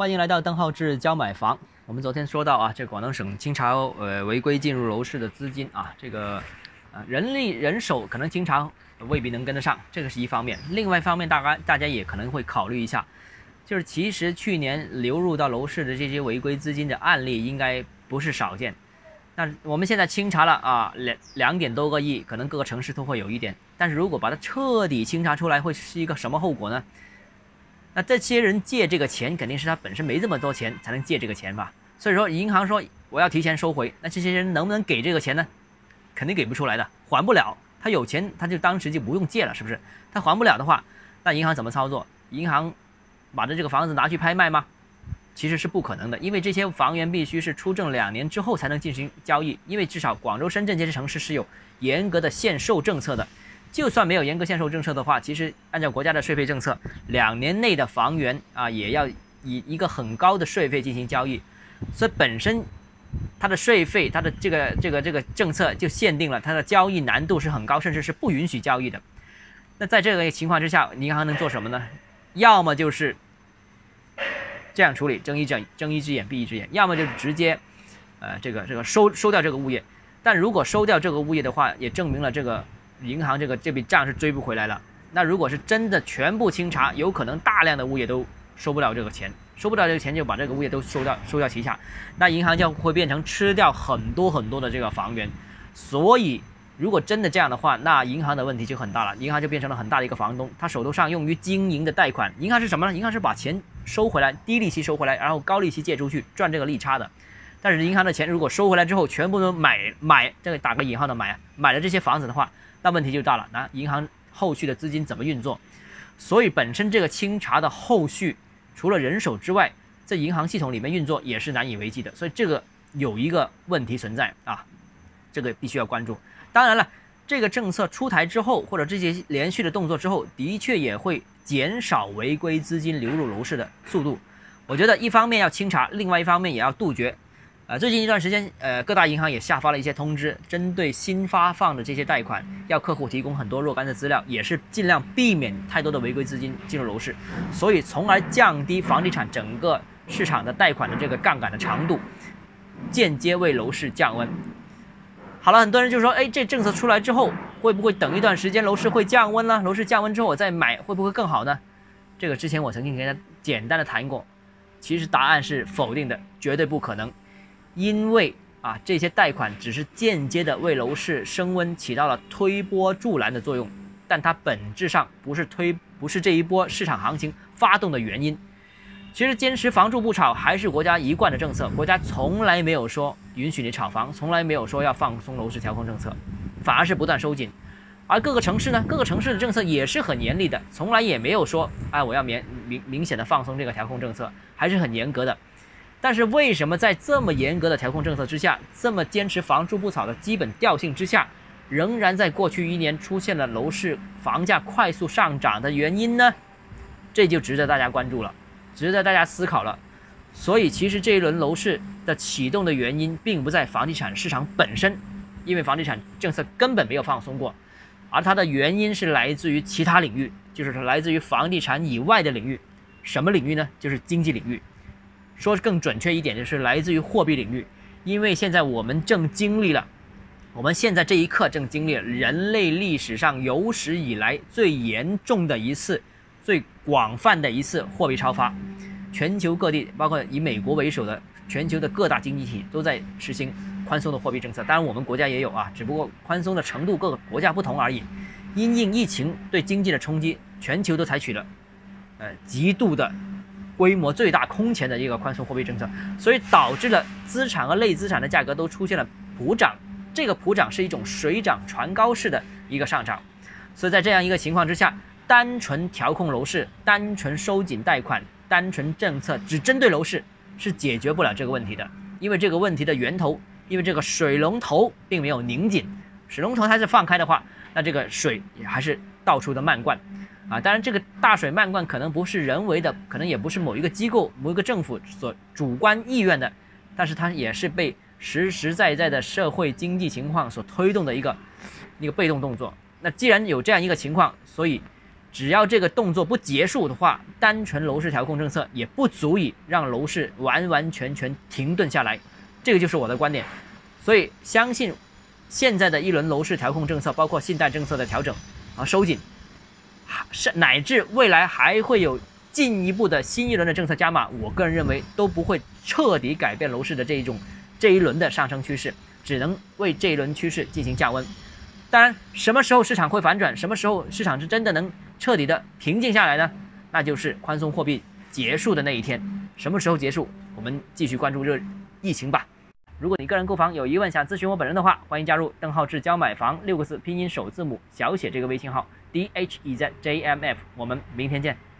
欢迎来到邓浩志教买房。我们昨天说到啊，这广东省清查违规进入楼市的资金啊，这个人手可能经常未必能跟得上，这个是一方面。另外一方面，大家也可能会考虑一下，就是其实去年流入到楼市的这些违规资金的案例应该不是少见。那我们现在清查了啊2点多个亿，可能各个城市都会有一点。但是如果把它彻底清查出来，会是一个什么后果呢？那这些人借这个钱，肯定是他本身没这么多钱才能借这个钱吧。所以说银行说我要提前收回，那这些人能不能给这个钱呢？肯定给不出来的，还不了。他有钱他就当时就不用借了，是不是？他还不了的话，那银行怎么操作？银行把这个房子拿去拍卖吗？其实是不可能的，因为这些房源必须是出证2年之后才能进行交易，因为至少广州、深圳这些城市是有严格的限售政策的。就算没有严格限售政策的话，其实按照国家的税费政策，2年内的房源啊，也要以一个很高的税费进行交易，所以本身它的税费，它的这个政策就限定了它的交易难度是很高，甚至是不允许交易的。那在这个情况之下，银行能做什么呢？要么就是这样处理，睁一只眼闭一只眼，要么就直接这个收掉这个物业。但如果收掉这个物业的话，也证明了这个银行这笔账是追不回来了。那如果是真的全部清查，有可能大量的物业都收不了这个钱，收不了这个钱就把这个物业都收掉旗下，那银行就会变成吃掉很多的这个房源。所以如果真的这样的话，那银行的问题就很大了，银行就变成了很大的一个房东，他手头上用于经营的贷款，银行是什么呢？银行是把钱收回来，低利息收回来，然后高利息借出去赚这个利差的。但是银行的钱如果收回来之后全部都买这个打个引号的买了这些房子的话，那问题就大了，那银行后续的资金怎么运作？所以本身这个清查的后续除了人手之外，在银行系统里面运作也是难以为继的，所以这个有一个问题存在啊，这个必须要关注。当然了，这个政策出台之后，或者这些连续的动作之后，的确也会减少违规资金流入楼市的速度。我觉得一方面要清查，另外一方面也要杜绝。最近一段时间，各大银行也下发了一些通知，针对新发放的这些贷款，要客户提供很多若干的资料，也是尽量避免太多的违规资金进入楼市，所以从而降低房地产整个市场的贷款的这个杠杆的长度，间接为楼市降温。好了，很多人就说，这政策出来之后，会不会等一段时间楼市会降温呢？楼市降温之后我再买，会不会更好呢？这个之前我曾经跟大家简单的谈过，其实答案是否定的，绝对不可能。因为这些贷款只是间接的为楼市升温起到了推波助澜的作用，但它本质上不是这一波市场行情发动的原因。其实坚持房住不炒还是国家一贯的政策，国家从来没有说允许你炒房，从来没有说要放松楼市调控政策，反而是不断收紧。而各个城市呢，各个城市的政策也是很严厉的，从来也没有说我要明显的放松这个调控政策，还是很严格的。但是为什么在这么严格的调控政策之下，这么坚持房住不炒的基本调性之下，仍然在过去1年出现了楼市房价快速上涨的原因呢？这就值得大家关注了，值得大家思考了。所以其实这一轮楼市的启动的原因并不在房地产市场本身，因为房地产政策根本没有放松过，而它的原因是来自于其他领域，就是来自于房地产以外的领域。什么领域呢？就是经济领域。说更准确一点，就是来自于货币领域。因为现在我们现在这一刻正经历了人类历史上有史以来最严重的一次、最广泛的一次货币超发。全球各地，包括以美国为首的全球的各大经济体都在实行宽松的货币政策，当然我们国家也有只不过宽松的程度各个国家不同而已。因应疫情对经济的冲击，全球都采取了极度的规模最大空前的一个宽松货币政策，所以导致了资产和类资产的价格都出现了普涨。这个普涨是一种水涨船高式的一个上涨。所以在这样一个情况之下，单纯调控楼市，单纯收紧贷款，单纯政策只针对楼市是解决不了这个问题的。因为这个问题的源头，因为这个水龙头并没有拧紧，水龙头它是放开的话，那这个水也还是到处的漫灌。当然这个大水漫灌可能不是人为的，可能也不是某一个机构、某一个政府所主观意愿的，但是它也是被实实在在的社会经济情况所推动的一个被动动作。那既然有这样一个情况，所以只要这个动作不结束的话，单纯楼市调控政策也不足以让楼市完完全全停顿下来，这个就是我的观点。所以相信现在的一轮楼市调控政策，包括信贷政策的调整啊收紧，乃至未来还会有进一步的新一轮的政策加码，我个人认为都不会彻底改变楼市的这一轮的上升趋势，只能为这一轮趋势进行降温。当然，什么时候市场会反转，什么时候市场是真的能彻底的平静下来呢？那就是宽松货币结束的那一天。什么时候结束？我们继续关注疫情吧。如果你个人购房有疑问想咨询我本人的话，欢迎加入邓浩志教买房6个字拼音首字母小写这个微信号 DHEZJMF， 我们明天见。